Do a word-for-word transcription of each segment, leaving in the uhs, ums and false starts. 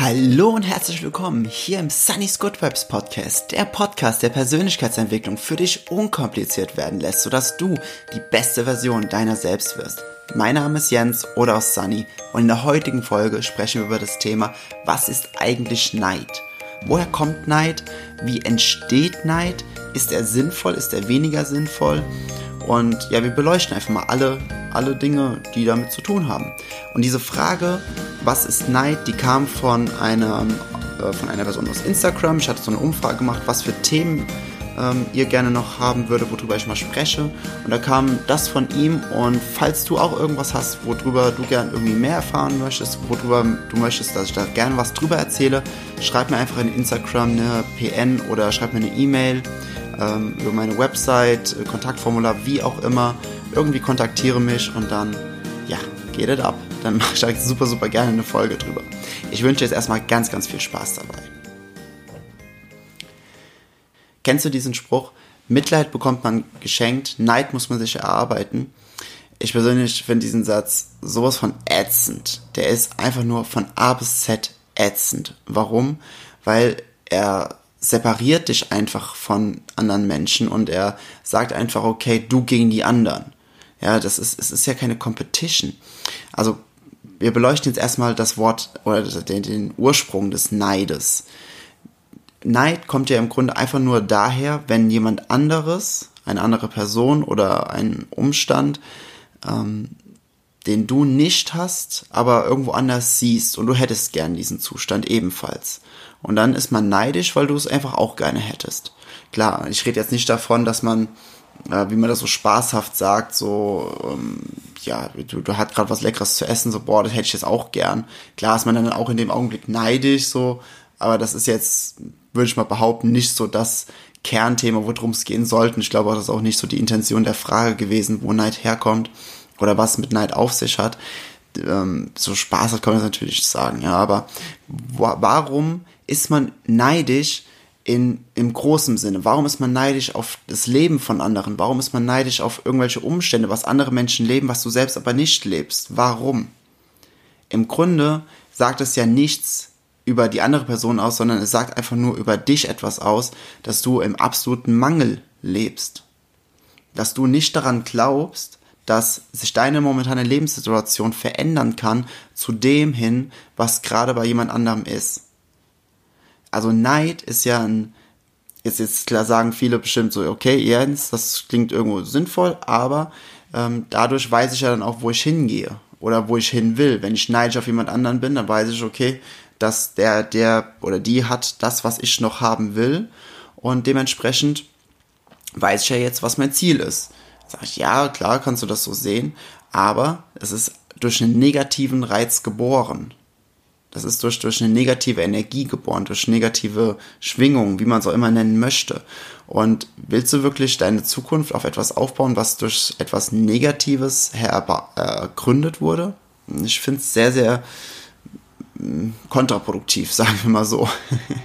Hallo und herzlich willkommen hier im Sunny's Good Vibes Podcast, der Podcast, der Persönlichkeitsentwicklung für dich unkompliziert werden lässt, sodass du die beste Version deiner selbst wirst. Mein Name ist Jens oder auch Sunny und in der heutigen Folge sprechen wir über das Thema, was ist eigentlich Neid? Woher kommt Neid? Wie entsteht Neid? Ist er sinnvoll? Ist er weniger sinnvoll? Und ja, wir beleuchten einfach mal alle, alle Dinge, die damit zu tun haben. Und diese Frage, was ist Neid, die kam von einer, äh, von einer Person aus Instagram. Ich hatte so eine Umfrage gemacht, was für Themen ähm, ihr gerne noch haben würdet, worüber ich mal spreche. Und da kam das von ihm. Und falls du auch irgendwas hast, worüber du gerne irgendwie mehr erfahren möchtest, worüber du möchtest, dass ich da gerne was drüber erzähle, schreib mir einfach in Instagram eine P N oder schreib mir eine E-Mail ähm, über meine Website, Kontaktformular, wie auch immer. Irgendwie kontaktiere mich und dann, ja, geht es ab. Dann mache ich da super, super gerne eine Folge drüber. Ich wünsche jetzt erstmal ganz, ganz viel Spaß dabei. Kennst du diesen Spruch? Mitleid bekommt man geschenkt, Neid muss man sich erarbeiten. Ich persönlich finde diesen Satz sowas von ätzend. Der ist einfach nur von A bis Z ätzend. Warum? Weil er separiert dich einfach von anderen Menschen und er sagt einfach, okay, du gegen die anderen. Ja, das ist, es ist ja keine Competition. Also, wir beleuchten jetzt erstmal das Wort oder den, den Ursprung des Neides. Neid kommt ja im Grunde einfach nur daher, wenn jemand anderes, eine andere Person oder ein Umstand, ähm, den du nicht hast, aber irgendwo anders siehst und du hättest gern diesen Zustand ebenfalls. Und dann ist man neidisch, weil du es einfach auch gerne hättest. Klar, ich rede jetzt nicht davon, dass man, äh, wie man das so spaßhaft sagt, so, ähm, ja, du, du hast gerade was Leckeres zu essen, so, boah, das hätte ich jetzt auch gern. Klar ist man dann auch in dem Augenblick neidisch, so, aber das ist jetzt, würde ich mal behaupten, nicht so das Kernthema, worum es gehen sollte. Ich glaube auch, das ist auch nicht so die Intention der Frage gewesen, wo Neid herkommt oder was mit Neid auf sich hat. Ähm, so spaßhaft kann man das natürlich sagen, ja, aber wo, warum ist man neidisch in, im großen Sinne? Warum ist man neidisch auf das Leben von anderen? Warum ist man neidisch auf irgendwelche Umstände, was andere Menschen leben, was du selbst aber nicht lebst? Warum? Im Grunde sagt es ja nichts über die andere Person aus, sondern es sagt einfach nur über dich etwas aus, dass du im absoluten Mangel lebst. Dass du nicht daran glaubst, dass sich deine momentane Lebenssituation verändern kann zu dem hin, was gerade bei jemand anderem ist. Also Neid ist ja ein, jetzt, jetzt klar sagen viele bestimmt so, okay, Jens, das klingt irgendwo sinnvoll, aber ähm, dadurch weiß ich ja dann auch, wo ich hingehe oder wo ich hin will. Wenn ich neidisch auf jemand anderen bin, dann weiß ich, okay, dass der, der oder die hat das, was ich noch haben will und dementsprechend weiß ich ja jetzt, was mein Ziel ist. Sag ich, ja, klar, kannst du das so sehen, aber es ist durch einen negativen Reiz geboren. Das ist durch, durch eine negative Energie geboren, durch negative Schwingungen, wie man es auch immer nennen möchte. Und willst du wirklich deine Zukunft auf etwas aufbauen, was durch etwas Negatives ergründet wurde? Ich finde es sehr, sehr kontraproduktiv, sagen wir mal so.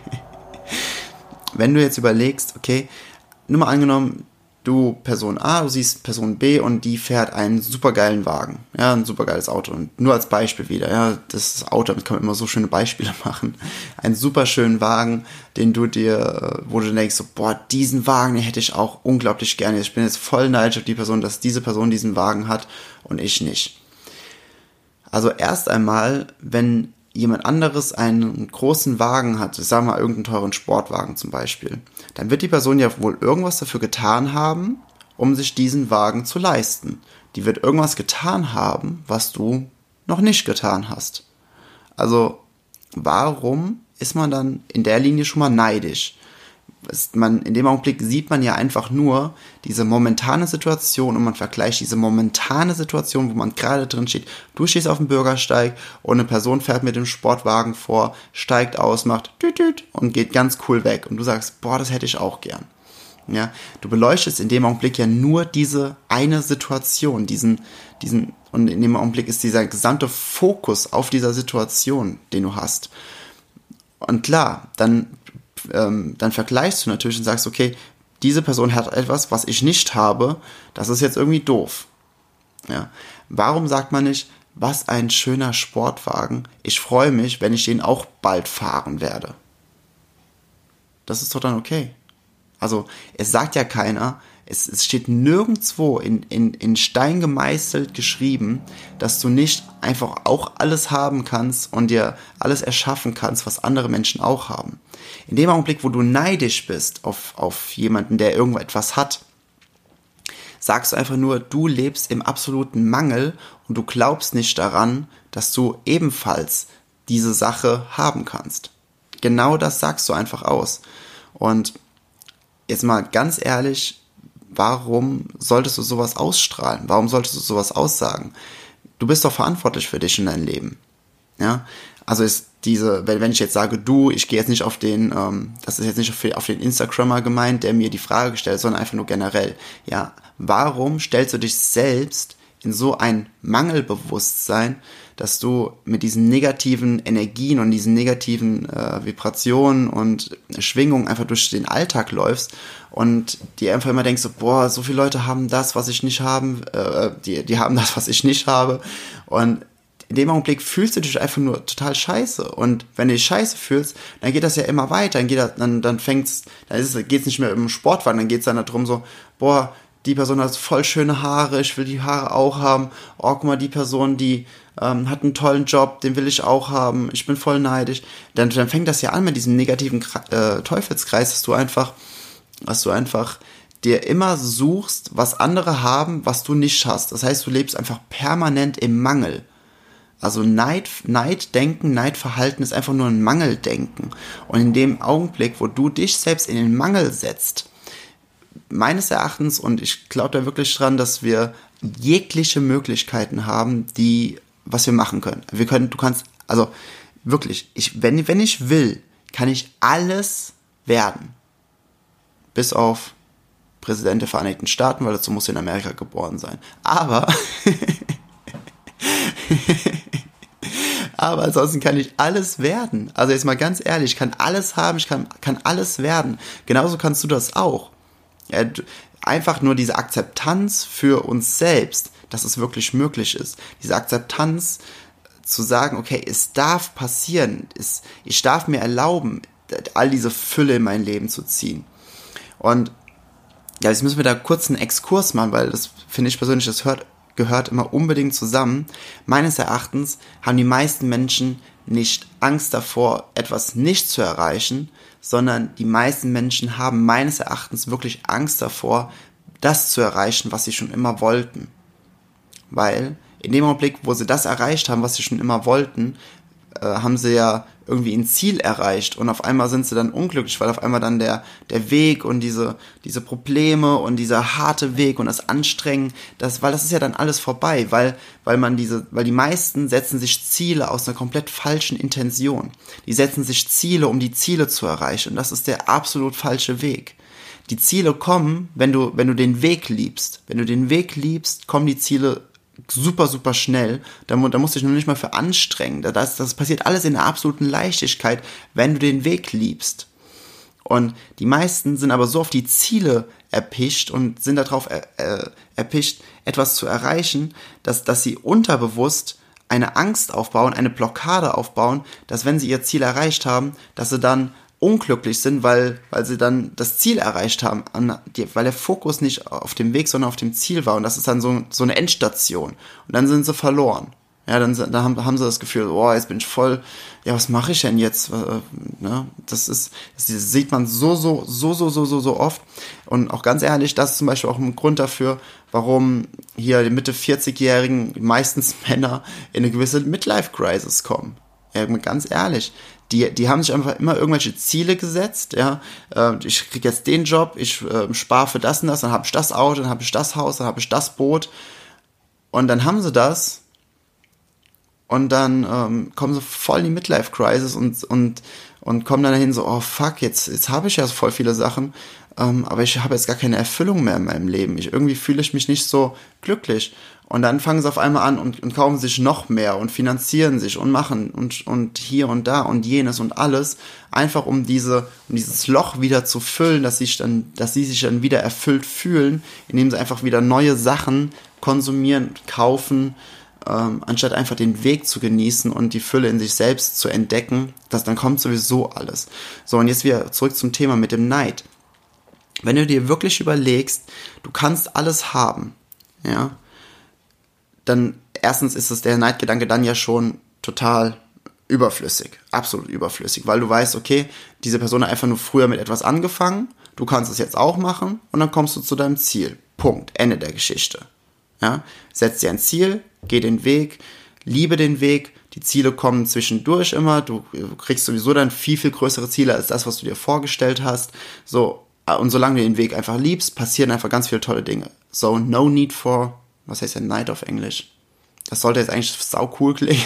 Wenn du jetzt überlegst, okay, nur mal angenommen, du Person A, du siehst Person B und die fährt einen supergeilen Wagen, ja, ein supergeiles Auto. Und nur als Beispiel wieder, ja, das Auto, damit kann man immer so schöne Beispiele machen. Einen superschönen Wagen, den du dir, wo du denkst, so, boah, diesen Wagen, den hätte ich auch unglaublich gerne. Ich bin jetzt voll neidisch auf die Person, dass diese Person diesen Wagen hat und ich nicht. Also erst einmal, wenn jemand anderes einen großen Wagen hat, ich sag mal irgendeinen teuren Sportwagen zum Beispiel, dann wird die Person ja wohl irgendwas dafür getan haben, um sich diesen Wagen zu leisten. Die wird irgendwas getan haben, was du noch nicht getan hast. Also warum ist man dann in der Linie schon mal neidisch? Man, in dem Augenblick sieht man ja einfach nur diese momentane Situation und man vergleicht diese momentane Situation, wo man gerade drin steht. Du stehst auf dem Bürgersteig und eine Person fährt mit dem Sportwagen vor, steigt aus, macht tüt tüt und geht ganz cool weg. Und du sagst, boah, das hätte ich auch gern. Ja, du beleuchtest in dem Augenblick ja nur diese eine Situation, diesen, diesen, und in dem Augenblick ist dieser gesamte Fokus auf dieser Situation, den du hast. Und klar, dann Ähm, dann vergleichst du natürlich und sagst, okay, diese Person hat etwas, was ich nicht habe, das ist jetzt irgendwie doof. Ja. Warum sagt man nicht, was ein schöner Sportwagen. Ich freue mich, wenn ich den auch bald fahren werde. Das ist doch dann okay. Also es sagt ja keiner, es, es steht nirgendwo in, in, in Stein gemeißelt geschrieben, dass du nicht einfach auch alles haben kannst und dir alles erschaffen kannst, was andere Menschen auch haben. In dem Augenblick, wo du neidisch bist auf, auf jemanden, der irgendwo etwas hat, sagst du einfach nur, du lebst im absoluten Mangel und du glaubst nicht daran, dass du ebenfalls diese Sache haben kannst. Genau das sagst du einfach aus. Und jetzt mal ganz ehrlich, warum solltest du sowas ausstrahlen? Warum solltest du sowas aussagen? Du bist doch verantwortlich für dich in deinem Leben. Ja, also ist diese, wenn, wenn ich jetzt sage, du, ich gehe jetzt nicht auf den, ähm, das ist jetzt nicht auf, auf den Instagrammer gemeint, der mir die Frage stellt, sondern einfach nur generell. Ja, warum stellst du dich selbst in so ein Mangelbewusstsein, dass du mit diesen negativen Energien und diesen negativen äh, Vibrationen und Schwingungen einfach durch den Alltag läufst und dir einfach immer denkst, so, boah, so viele Leute haben das, was ich nicht haben, äh, die, die haben das, was ich nicht habe, und in dem Augenblick fühlst du dich einfach nur total scheiße. Und wenn du dich scheiße fühlst, dann geht das ja immer weiter. Dann geht das, dann, dann fängt's, dann geht es nicht mehr um Sportwagen, dann geht es dann darum so, boah, die Person hat voll schöne Haare, ich will die Haare auch haben. Oh, guck mal, die Person, die ähm, hat einen tollen Job, den will ich auch haben. Ich bin voll neidisch. Dann, dann fängt das ja an mit diesem negativen äh, Teufelskreis, dass du einfach, dass du einfach dir immer suchst, was andere haben, was du nicht hast. Das heißt, du lebst einfach permanent im Mangel. Also Neid, Neiddenken, Neidverhalten ist einfach nur ein Mangeldenken. Und in dem Augenblick, wo du dich selbst in den Mangel setzt, meines Erachtens, und ich glaube da wirklich dran, dass wir jegliche Möglichkeiten haben, die, was wir machen können. Wir können, du kannst, also wirklich, ich, wenn, wenn ich will, kann ich alles werden. Bis auf Präsident der Vereinigten Staaten, weil dazu muss in Amerika geboren sein. Aber Aber ansonsten kann ich alles werden. Also jetzt mal ganz ehrlich, ich kann alles haben, ich kann, kann alles werden. Genauso kannst du das auch. Ja, einfach nur diese Akzeptanz für uns selbst, dass es wirklich möglich ist. Diese Akzeptanz zu sagen, okay, es darf passieren. Es, ich darf mir erlauben, all diese Fülle in mein Leben zu ziehen. Und ja, jetzt müssen wir da kurz einen Exkurs machen, weil das finde ich persönlich, das hört gehört immer unbedingt zusammen. Meines Erachtens haben die meisten Menschen nicht Angst davor, etwas nicht zu erreichen, sondern die meisten Menschen haben meines Erachtens wirklich Angst davor, das zu erreichen, was sie schon immer wollten. Weil in dem Augenblick, wo sie das erreicht haben, was sie schon immer wollten, äh, haben sie ja irgendwie ein Ziel erreicht und auf einmal sind sie dann unglücklich, weil auf einmal dann der der Weg und diese diese Probleme und dieser harte Weg und das Anstrengen, das, weil das ist ja dann alles vorbei, weil weil man diese, weil die meisten setzen sich Ziele aus einer komplett falschen Intention. Die setzen sich Ziele, um die Ziele zu erreichen, und das ist der absolut falsche Weg. Die Ziele kommen, wenn du wenn du den Weg liebst. Wenn du den Weg liebst, kommen die Ziele super, super schnell. Da, da musst du dich noch nicht mal für anstrengen. Das, das passiert alles in der absoluten Leichtigkeit, wenn du den Weg liebst. Und die meisten sind aber so auf die Ziele erpicht und sind darauf er, äh, erpicht, etwas zu erreichen, dass, dass sie unterbewusst eine Angst aufbauen, eine Blockade aufbauen, dass wenn sie ihr Ziel erreicht haben, dass sie dann unglücklich sind, weil, weil sie dann das Ziel erreicht haben, an, die, weil der Fokus nicht auf dem Weg, sondern auf dem Ziel war, und das ist dann so, so eine Endstation, und dann sind sie verloren. Ja, dann, dann haben, haben sie das Gefühl, oh, jetzt bin ich voll, ja, was mache ich denn jetzt? Ne? Das ist, das sieht man so, so, so, so, so, so, so oft, und auch ganz ehrlich, das ist zum Beispiel auch ein Grund dafür, warum hier die Mitte vierzig-Jährigen, meistens Männer, in eine gewisse Midlife-Crisis kommen. Ja, ganz ehrlich, die, die haben sich einfach immer irgendwelche Ziele gesetzt, ja, äh, ich krieg jetzt den Job, ich äh, spare für das und das, dann habe ich das Auto, dann habe ich das Haus, dann habe ich das Boot, und dann haben sie das, und dann ähm, kommen sie voll in die Midlife-Crisis und, und, und kommen dann dahin so, oh fuck, jetzt, jetzt habe ich ja voll viele Sachen, ähm, aber ich habe jetzt gar keine Erfüllung mehr in meinem Leben, ich, irgendwie fühle ich mich nicht so glücklich. Und dann fangen sie auf einmal an und, und kaufen sich noch mehr und finanzieren sich und machen und, und hier und da und jenes und alles, einfach um diese, um dieses Loch wieder zu füllen, dass sie dann, dass sie sich dann wieder erfüllt fühlen, indem sie einfach wieder neue Sachen konsumieren, kaufen, ähm, anstatt einfach den Weg zu genießen und die Fülle in sich selbst zu entdecken, das, dann kommt sowieso alles. So, und jetzt wieder zurück zum Thema mit dem Neid. Wenn du dir wirklich überlegst, du kannst alles haben, ja, dann erstens ist es der Neidgedanke dann ja schon total überflüssig, absolut überflüssig, weil du weißt, okay, diese Person hat einfach nur früher mit etwas angefangen, du kannst es jetzt auch machen und dann kommst du zu deinem Ziel. Punkt, Ende der Geschichte. Ja, setz dir ein Ziel, geh den Weg, liebe den Weg, die Ziele kommen zwischendurch immer, du kriegst sowieso dann viel, viel größere Ziele als das, was du dir vorgestellt hast, so, und solange du den Weg einfach liebst, passieren einfach ganz viele tolle Dinge. So, no need for, was heißt denn Neid auf Englisch? Das sollte jetzt eigentlich sau cool klingen.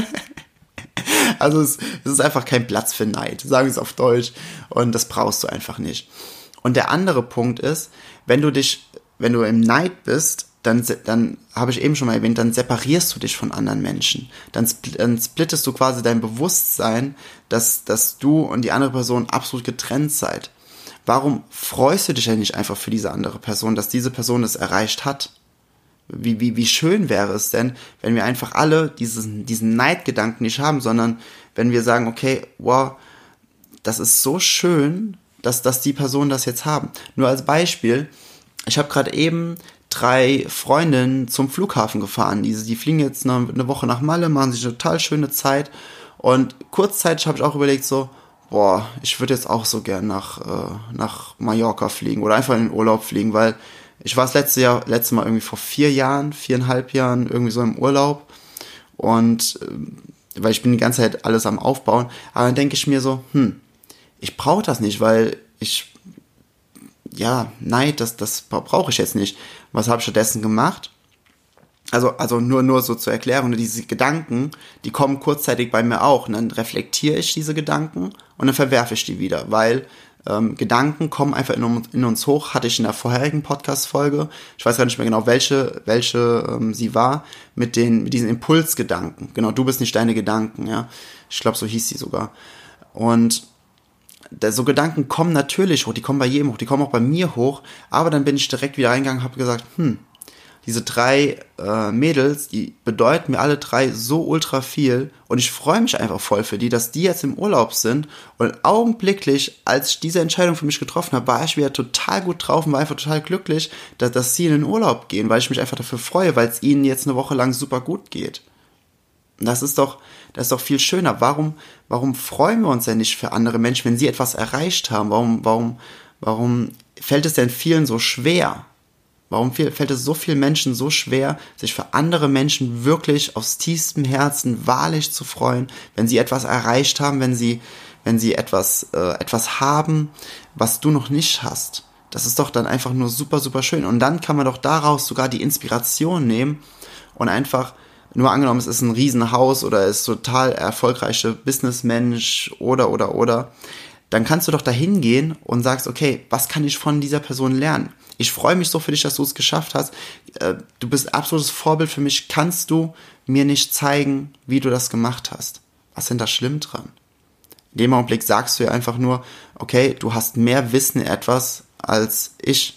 Also es, es ist einfach kein Platz für Neid, sagen wir es auf Deutsch, und das brauchst du einfach nicht. Und der andere Punkt ist, wenn du dich, wenn du im Neid bist, dann, dann habe ich eben schon mal erwähnt, dann separierst du dich von anderen Menschen. Dann, dann splittest du quasi dein Bewusstsein, dass, dass du und die andere Person absolut getrennt seid. Warum freust du dich denn nicht einfach für diese andere Person, dass diese Person es erreicht hat? Wie, wie, wie schön wäre es denn, wenn wir einfach alle diesen, diesen Neidgedanken nicht haben, sondern wenn wir sagen, okay, wow, das ist so schön, dass, dass die Personen das jetzt haben. Nur als Beispiel, ich habe gerade eben drei Freundinnen zum Flughafen gefahren. Die, die fliegen jetzt eine, eine Woche nach Malle, machen sich eine total schöne Zeit. Und kurzzeitig habe ich auch überlegt so, boah, ich würde jetzt auch so gern nach, äh, nach Mallorca fliegen oder einfach in den Urlaub fliegen, weil ich war das letzte Jahr, letztes Mal irgendwie vor vier Jahren, viereinhalb Jahren irgendwie so im Urlaub und äh, weil ich bin die ganze Zeit alles am Aufbauen, aber dann denke ich mir so, hm, ich brauche das nicht, weil ich, ja, Neid, das, das brauche ich jetzt nicht. Was habe ich stattdessen gemacht? Also, also nur, nur so zur Erklärung, diese Gedanken, die kommen kurzzeitig bei mir auch und dann reflektiere ich diese Gedanken und dann verwerfe ich die wieder, weil ähm, Gedanken kommen einfach in, in uns hoch, hatte ich in der vorherigen Podcast-Folge, ich weiß gar nicht mehr genau, welche, welche ähm, sie war, mit den, mit diesen Impulsgedanken. Genau, du bist nicht deine Gedanken, ja. Ich glaube, so hieß sie sogar. Und so Gedanken kommen natürlich hoch, die kommen bei jedem hoch, die kommen auch bei mir hoch, aber dann bin ich direkt wieder reingegangen und habe gesagt, hm, diese drei äh, Mädels, die bedeuten mir alle drei so ultra viel und ich freue mich einfach voll für die, dass die jetzt im Urlaub sind und augenblicklich, als ich diese Entscheidung für mich getroffen habe, war ich wieder total gut drauf und war einfach total glücklich, dass, dass sie in den Urlaub gehen, weil ich mich einfach dafür freue, weil es ihnen jetzt eine Woche lang super gut geht. Und das ist doch, das ist doch viel schöner. Warum, warum freuen wir uns denn nicht für andere Menschen, wenn sie etwas erreicht haben? Warum, warum, warum fällt es denn vielen so schwer? Warum fällt es so vielen Menschen so schwer, sich für andere Menschen wirklich aus tiefstem Herzen wahrlich zu freuen, wenn sie etwas erreicht haben, wenn sie, wenn sie etwas, äh, etwas haben, was du noch nicht hast? Das ist doch dann einfach nur super, super schön. Und dann kann man doch daraus sogar die Inspiration nehmen und einfach, nur angenommen, es ist ein Riesenhaus oder ist total erfolgreicher Businessmensch oder, oder, oder, dann kannst du doch da hingehen und sagst, okay, was kann ich von dieser Person lernen? Ich freue mich so für dich, dass du es geschafft hast. Du bist absolutes Vorbild für mich. Kannst du mir nicht zeigen, wie du das gemacht hast? Was ist denn da schlimm dran? In dem Augenblick sagst du ja einfach nur, okay, du hast mehr Wissen in etwas als ich.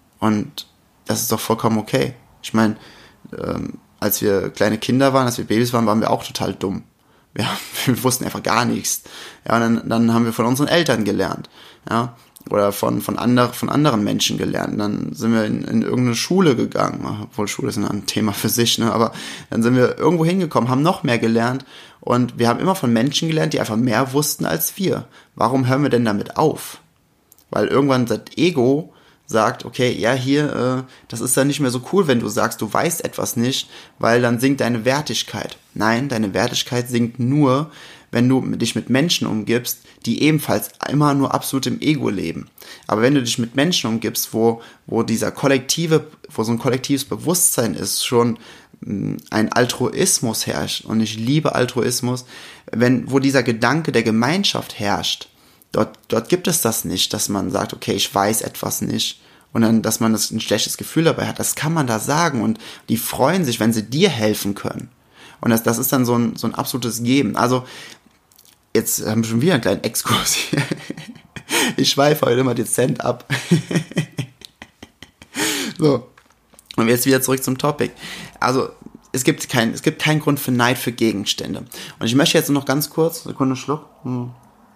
Und das ist doch vollkommen okay. Ich meine, ähm, als wir kleine Kinder waren, als wir Babys waren, waren wir auch total dumm. Ja, wir wussten einfach gar nichts. Ja, und dann, dann haben wir von unseren Eltern gelernt. Ja, oder von, von, andre, von anderen Menschen gelernt. Dann sind wir in, in irgendeine Schule gegangen, obwohl Schule ist ein Thema für sich, ne? Aber dann sind wir irgendwo hingekommen, haben noch mehr gelernt und wir haben immer von Menschen gelernt, die einfach mehr wussten als wir. Warum hören wir denn damit auf? Weil irgendwann das Ego sagt, okay, ja, hier, äh, das ist dann nicht mehr so cool, wenn du sagst, du weißt etwas nicht, weil dann sinkt deine Wertigkeit. Nein, deine Wertigkeit sinkt nur, wenn du dich mit Menschen umgibst, die ebenfalls immer nur absolut im Ego leben. Aber wenn du dich mit Menschen umgibst, wo, wo dieser kollektive, wo so ein kollektives Bewusstsein ist, schon mh, ein Altruismus herrscht, und ich liebe Altruismus, wenn, wo dieser Gedanke der Gemeinschaft herrscht, dort, dort gibt es das nicht, dass man sagt, okay, ich weiß etwas nicht, und dann, dass man das ein schlechtes Gefühl dabei hat. Das kann man da sagen, und die freuen sich, wenn sie dir helfen können. Und das, das ist dann so ein, so ein absolutes Geben. Also, jetzt haben wir schon wieder einen kleinen Exkurs hier. Ich schweife heute immer dezent ab. So, und jetzt wieder zurück zum Topic. Also, es gibt kein, es gibt keinen Grund für Neid für Gegenstände. Und ich möchte jetzt noch ganz kurz, Sekunde, Schluck, hm.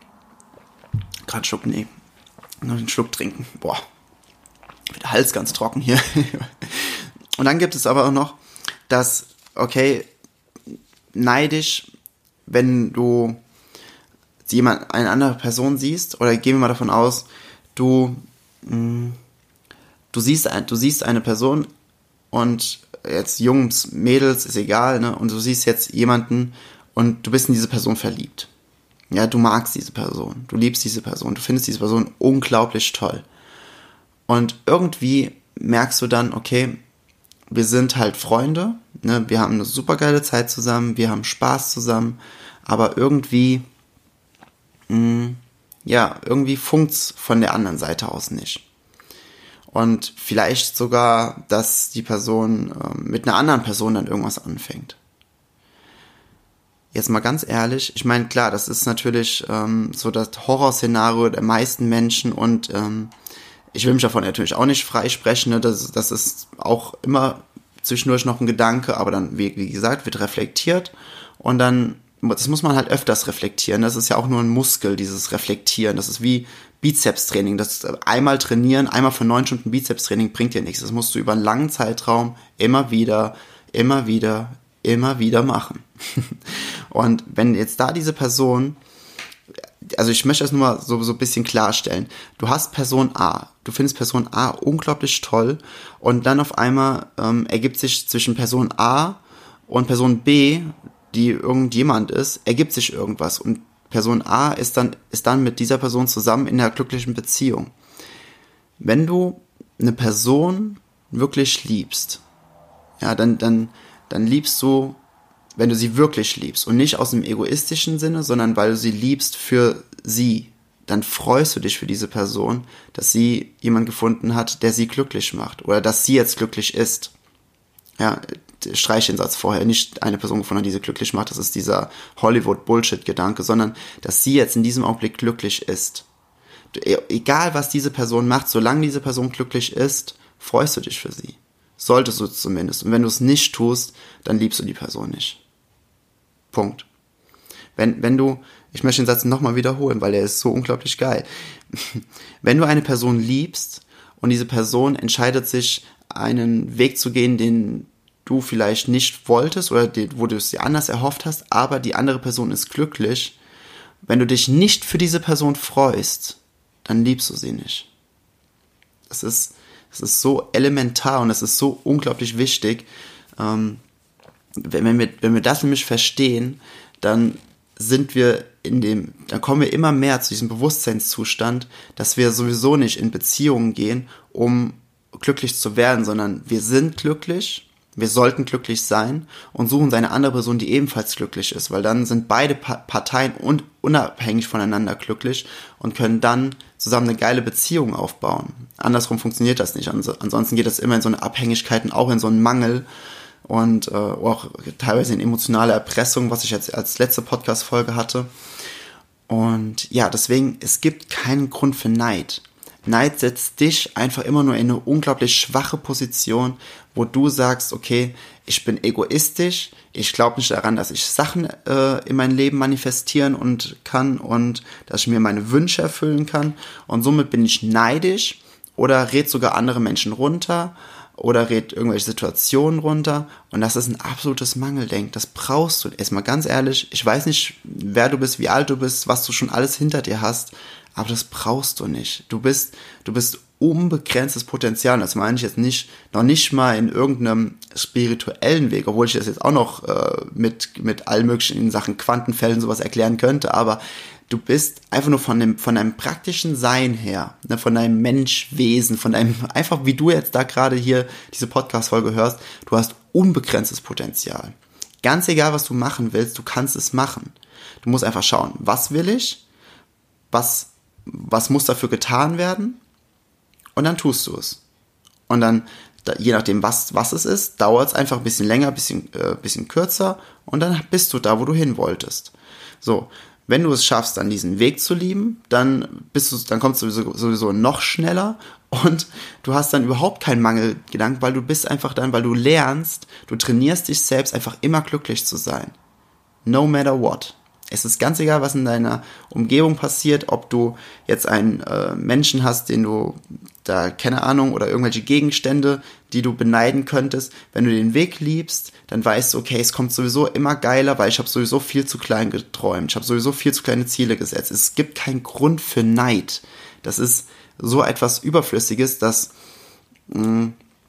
gerade Schluck, nee, noch einen Schluck trinken, boah, wird der Hals ganz trocken hier. Und dann gibt es aber auch noch, dass, okay, neidisch, wenn du jemand, eine andere Person siehst, oder gehen wir mal davon aus, du, mh, du siehst, du siehst eine Person und jetzt Jungs, Mädels, ist egal, ne, und du siehst jetzt jemanden und du bist in diese Person verliebt. Ja, du magst diese Person, du liebst diese Person, du findest diese Person unglaublich toll. Und irgendwie merkst du dann, okay, wir sind halt Freunde, ne, wir haben eine super geile Zeit zusammen, wir haben Spaß zusammen, aber irgendwie, mh, ja, irgendwie funkt's von der anderen Seite aus nicht. Und vielleicht sogar, dass die Person äh, mit einer anderen Person dann irgendwas anfängt. Jetzt mal ganz ehrlich, ich meine, klar, das ist natürlich ähm, so das Horrorszenario der meisten Menschen und ähm, ich will mich davon natürlich auch nicht freisprechen, ne? das, das ist auch immer zwischendurch noch ein Gedanke, aber dann, wie, wie gesagt, wird reflektiert und dann, das muss man halt öfters reflektieren, das ist ja auch nur ein Muskel, dieses Reflektieren, das ist wie Bizepstraining, das einmal trainieren, einmal für neun Stunden Bizepstraining bringt dir nichts, das musst du über einen langen Zeitraum immer wieder, immer wieder, immer wieder machen. Und wenn jetzt da diese Person, also ich möchte das nur mal so, so ein bisschen klarstellen, du hast Person A, du findest Person A unglaublich toll und dann auf einmal ähm, ergibt sich zwischen Person A und Person B, die irgendjemand ist, ergibt sich irgendwas und Person A ist dann, ist dann mit dieser Person zusammen in einer glücklichen Beziehung. Wenn du eine Person wirklich liebst, ja, dann, dann, dann liebst du, wenn du sie wirklich liebst und nicht aus einem egoistischen Sinne, sondern weil du sie liebst für sie, dann freust du dich für diese Person, dass sie jemanden gefunden hat, der sie glücklich macht oder dass sie jetzt glücklich ist. Ja, streich den Satz vorher, nicht eine Person gefunden hat, die sie glücklich macht, das ist dieser Hollywood-Bullshit-Gedanke, sondern dass sie jetzt in diesem Augenblick glücklich ist. Egal, was diese Person macht, solange diese Person glücklich ist, freust du dich für sie. Solltest du es zumindest. Und wenn du es nicht tust, dann liebst du die Person nicht. Punkt. Wenn, wenn du, ich möchte den Satz nochmal wiederholen, weil er ist so unglaublich geil. Wenn du eine Person liebst und diese Person entscheidet sich, einen Weg zu gehen, den du vielleicht nicht wolltest oder den, wo du es dir anders erhofft hast, aber die andere Person ist glücklich, wenn du dich nicht für diese Person freust, dann liebst du sie nicht. Das ist, das ist so elementar und das ist so unglaublich wichtig. Ähm, wenn wir, wenn wir das nämlich verstehen, dann sind wir in dem, dann kommen wir immer mehr zu diesem Bewusstseinszustand, dass wir sowieso nicht in Beziehungen gehen, um glücklich zu werden, sondern wir sind glücklich, wir sollten glücklich sein und suchen eine andere Person, die ebenfalls glücklich ist, weil dann sind beide pa- Parteien un- unabhängig voneinander glücklich und können dann zusammen eine geile Beziehung aufbauen. Andersrum funktioniert das nicht. Ans- ansonsten geht das immer in so eine Abhängigkeit und auch in so einen Mangel und äh, auch teilweise in emotionale Erpressung, was ich jetzt als letzte Podcast-Folge hatte. Und ja, deswegen, es gibt keinen Grund für Neid. Neid setzt dich einfach immer nur in eine unglaublich schwache Position, wo du sagst, okay, ich bin egoistisch, ich glaube nicht daran, dass ich Sachen äh, in mein Leben manifestieren und kann und dass ich mir meine Wünsche erfüllen kann und somit bin ich neidisch oder red sogar andere Menschen runter oder red irgendwelche Situationen runter und das ist ein absolutes Mangeldenken. Das brauchst du. Erstmal ganz ehrlich, ich weiß nicht, wer du bist, wie alt du bist, was du schon alles hinter dir hast, aber das brauchst du nicht. Du bist, du bist unbegrenztes Potenzial. Das meine ich jetzt nicht, noch nicht mal in irgendeinem spirituellen Weg, obwohl ich das jetzt auch noch äh, mit, mit allen möglichen Sachen Quantenfelden sowas erklären könnte, aber du bist einfach nur von dem, von deinem praktischen Sein her, ne, von deinem Menschwesen, von deinem, einfach wie du jetzt da gerade hier diese Podcast-Folge hörst, du hast unbegrenztes Potenzial. Ganz egal, was du machen willst, du kannst es machen. Du musst einfach schauen, was will ich, was was muss dafür getan werden und dann tust du es. Und dann, je nachdem, was, was es ist, dauert es einfach ein bisschen länger, ein bisschen, äh, bisschen kürzer und dann bist du da, wo du hin wolltest. So, wenn du es schaffst, dann diesen Weg zu lieben, dann bist du, dann kommst du sowieso, sowieso noch schneller und du hast dann überhaupt keinen Mangelgedanken, weil du bist einfach dann, weil du lernst, du trainierst dich selbst einfach immer glücklich zu sein. No matter what. Es ist ganz egal, was in deiner Umgebung passiert, ob du jetzt einen äh, Menschen hast, den du da, keine Ahnung, oder irgendwelche Gegenstände, die du beneiden könntest. Wenn du den Weg liebst, dann weißt du, okay, es kommt sowieso immer geiler, weil ich habe sowieso viel zu klein geträumt. Ich habe sowieso viel zu kleine Ziele gesetzt. Es gibt keinen Grund für Neid. Das ist so etwas Überflüssiges, dass mh,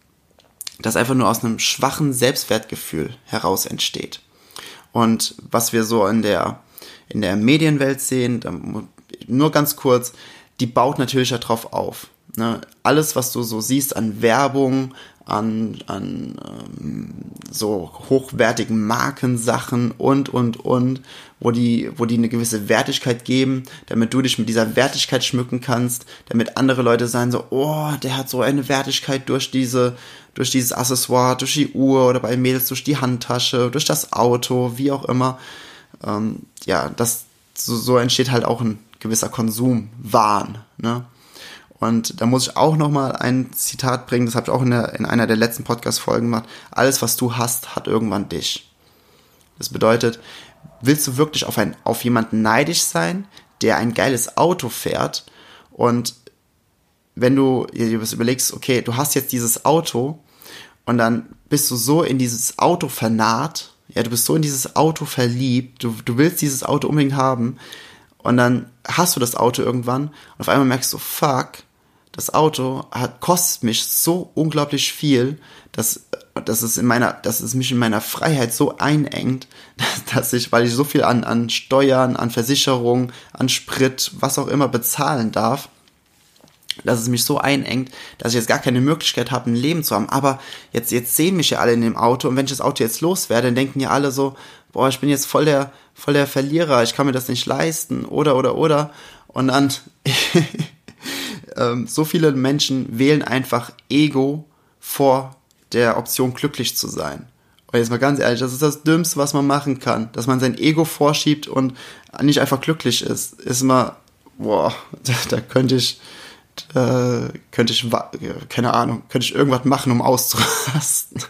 das einfach nur aus einem schwachen Selbstwertgefühl heraus entsteht. Und was wir so in der in der Medienwelt sehen, nur ganz kurz, die baut natürlich darauf auf. Ne? Alles, was du so siehst an Werbung, an, an ähm, so hochwertigen Markensachen und, und, und, wo die, wo die eine gewisse Wertigkeit geben, damit du dich mit dieser Wertigkeit schmücken kannst, damit andere Leute sagen so, oh, der hat so eine Wertigkeit durch diese, durch dieses Accessoire, durch die Uhr oder bei Mädels durch die Handtasche, durch das Auto, wie auch immer. Ähm, ja, das, so, so entsteht halt auch ein gewisser Konsumwahn, ne? Und da muss ich auch nochmal ein Zitat bringen, das habe ich auch in, der, in einer der letzten Podcast-Folgen gemacht. Alles, was du hast, hat irgendwann dich. Das bedeutet, willst du wirklich auf, ein, auf jemanden neidisch sein, der ein geiles Auto fährt, und wenn du dir das überlegst, okay, du hast jetzt dieses Auto und dann bist du so in dieses Auto vernarrt, ja, du bist so in dieses Auto verliebt, du, du willst dieses Auto unbedingt haben und dann hast du das Auto irgendwann und auf einmal merkst du, fuck, das Auto hat, kostet mich so unglaublich viel, dass, dass, es in meiner, dass es mich in meiner Freiheit so einengt, dass ich, weil ich so viel an, an Steuern, an Versicherung, an Sprit, was auch immer bezahlen darf, dass es mich so einengt, dass ich jetzt gar keine Möglichkeit habe, ein Leben zu haben. Aber jetzt, jetzt sehen mich ja alle in dem Auto und wenn ich das Auto jetzt loswerde, dann denken ja alle so, boah, ich bin jetzt voll der, voll der Verlierer, ich kann mir das nicht leisten, oder, oder, oder. Und dann, ähm, so viele Menschen wählen einfach Ego vor der Option, glücklich zu sein. Und jetzt mal ganz ehrlich, das ist das Dümmste, was man machen kann, dass man sein Ego vorschiebt und nicht einfach glücklich ist. Ist immer, boah, da, da könnte ich, Äh, könnte ich, keine Ahnung, könnte ich irgendwas machen, um auszurasten.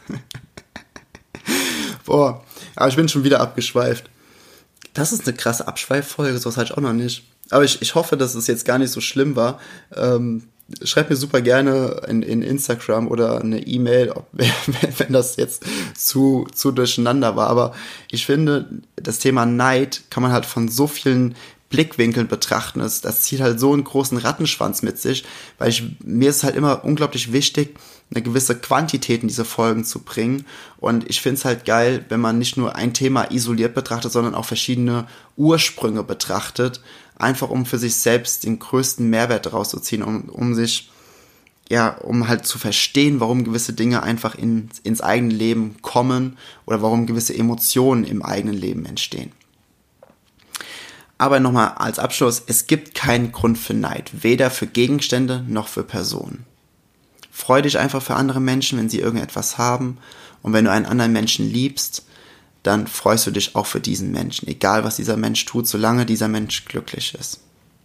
Boah, aber ich bin schon wieder abgeschweift. Das ist eine krasse Abschweiffolge, sowas hatte ich auch noch nicht. Aber ich, ich hoffe, dass es jetzt gar nicht so schlimm war. Ähm, schreibt mir super gerne in, in Instagram oder eine E-Mail, ob, wenn, wenn das jetzt zu, zu durcheinander war. Aber ich finde, das Thema Neid kann man halt von so vielen Blickwinkeln betrachten. Das, das zieht halt so einen großen Rattenschwanz mit sich, weil ich, mir ist halt immer unglaublich wichtig, eine gewisse Quantität in diese Folgen zu bringen. Und ich finde es halt geil, wenn man nicht nur ein Thema isoliert betrachtet, sondern auch verschiedene Ursprünge betrachtet, einfach um für sich selbst den größten Mehrwert daraus zu ziehen, um, um sich, ja, um halt zu verstehen, warum gewisse Dinge einfach in, ins eigene Leben kommen oder warum gewisse Emotionen im eigenen Leben entstehen. Aber nochmal als Abschluss, es gibt keinen Grund für Neid, weder für Gegenstände noch für Personen. Freu dich einfach für andere Menschen, wenn sie irgendetwas haben, und wenn du einen anderen Menschen liebst, dann freust du dich auch für diesen Menschen, egal was dieser Mensch tut, solange dieser Mensch glücklich ist.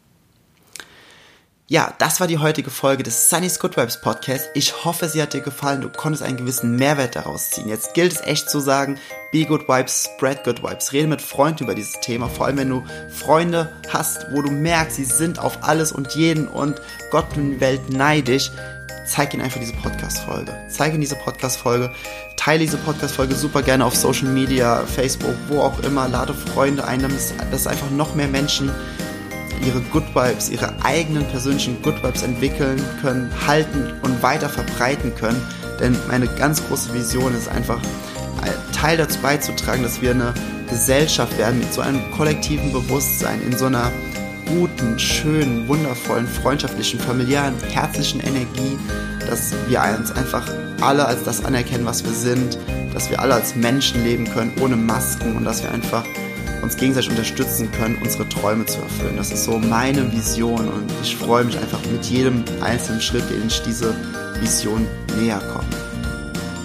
Ja, das war die heutige Folge des Sunny's Good Vibes Podcast. Ich hoffe, sie hat dir gefallen. Du konntest einen gewissen Mehrwert daraus ziehen. Jetzt gilt es echt zu sagen, be good vibes, spread good vibes. Rede mit Freunden über dieses Thema. Vor allem, wenn du Freunde hast, wo du merkst, sie sind auf alles und jeden und Gott und die Welt neidisch. Zeig ihnen einfach diese Podcast-Folge. Zeig ihnen diese Podcast-Folge. Teile diese Podcast-Folge super gerne auf Social Media, Facebook, wo auch immer. Lade Freunde ein, damit es einfach noch mehr Menschen ihre Good Vibes, ihre eigenen persönlichen Good Vibes entwickeln können, halten und weiter verbreiten können. Denn meine ganz große Vision ist einfach, einen Teil dazu beizutragen, dass wir eine Gesellschaft werden mit so einem kollektiven Bewusstsein, in so einer guten, schönen, wundervollen, freundschaftlichen, familiären, herzlichen Energie, dass wir uns einfach alle als das anerkennen, was wir sind, dass wir alle als Menschen leben können, ohne Masken, und dass wir einfach uns gegenseitig unterstützen können, unsere Träume zu erfüllen. Das ist so meine Vision, und ich freue mich einfach mit jedem einzelnen Schritt, den ich diese Vision näher komme.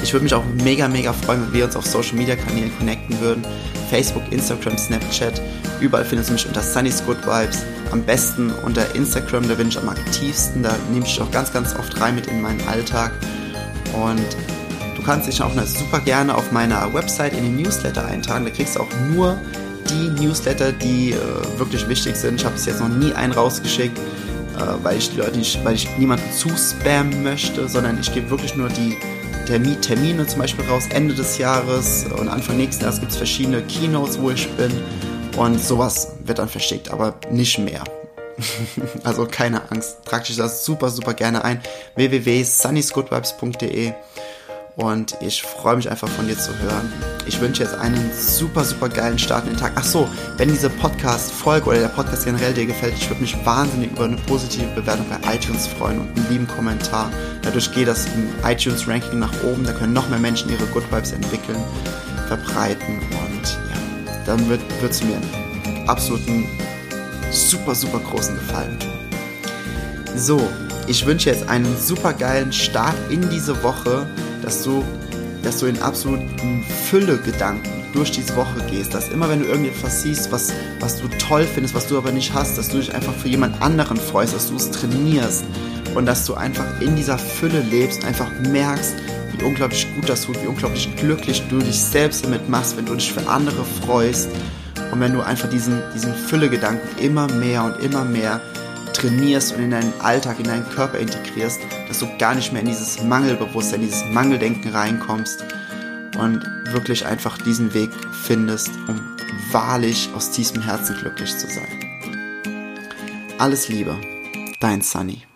Ich würde mich auch mega, mega freuen, wenn wir uns auf Social Media Kanälen connecten würden. Facebook, Instagram, Snapchat. Überall findest du mich unter Sunny's Good Vibes. Am besten unter Instagram, da bin ich am aktivsten. Da nehme ich auch ganz, ganz oft rein mit in meinen Alltag. Und du kannst dich auch super gerne auf meiner Website in den Newsletter eintragen. Da kriegst du auch nur die Newsletter, die äh, wirklich wichtig sind. Ich habe bis jetzt noch nie einen rausgeschickt, äh, weil ich die Leute nicht, weil ich niemanden zuspammen möchte, sondern ich gebe wirklich nur die Termi- Termine zum Beispiel raus, Ende des Jahres und Anfang nächsten Jahres gibt es verschiedene Keynotes, wo ich bin und sowas wird dann verschickt, aber nicht mehr. Also keine Angst, trag dich das super, super gerne ein. w w w punkt sunnys good vibes punkt d e Und ich freue mich einfach von dir zu hören. Ich wünsche jetzt einen super, super geilen Start in den Tag. Ach so, wenn diese Podcast-Folge oder der Podcast generell dir gefällt, ich würde mich wahnsinnig über eine positive Bewertung bei iTunes freuen und einen lieben Kommentar. Dadurch geht das im iTunes-Ranking nach oben. Da können noch mehr Menschen ihre Good Vibes entwickeln, verbreiten. Und ja, dann wird es mir einen absoluten, super, super großen Gefallen tun. So, ich wünsche jetzt einen super geilen Start in diese Woche, dass du, dass du in absoluten Fülle-Gedanken durch diese Woche gehst, dass immer wenn du irgendetwas siehst, was, was du toll findest, was du aber nicht hast, dass du dich einfach für jemand anderen freust, dass du es trainierst und dass du einfach in dieser Fülle lebst und einfach merkst, wie unglaublich gut das tut, wie unglaublich glücklich du dich selbst damit machst, wenn du dich für andere freust und wenn du einfach diesen, diesen Fülle-Gedanken immer mehr und immer mehr trainierst und in deinen Alltag, in deinen Körper integrierst, dass du gar nicht mehr in dieses Mangelbewusstsein, dieses Mangeldenken reinkommst und wirklich einfach diesen Weg findest, um wahrlich aus tiefstem Herzen glücklich zu sein. Alles Liebe, dein Sunny.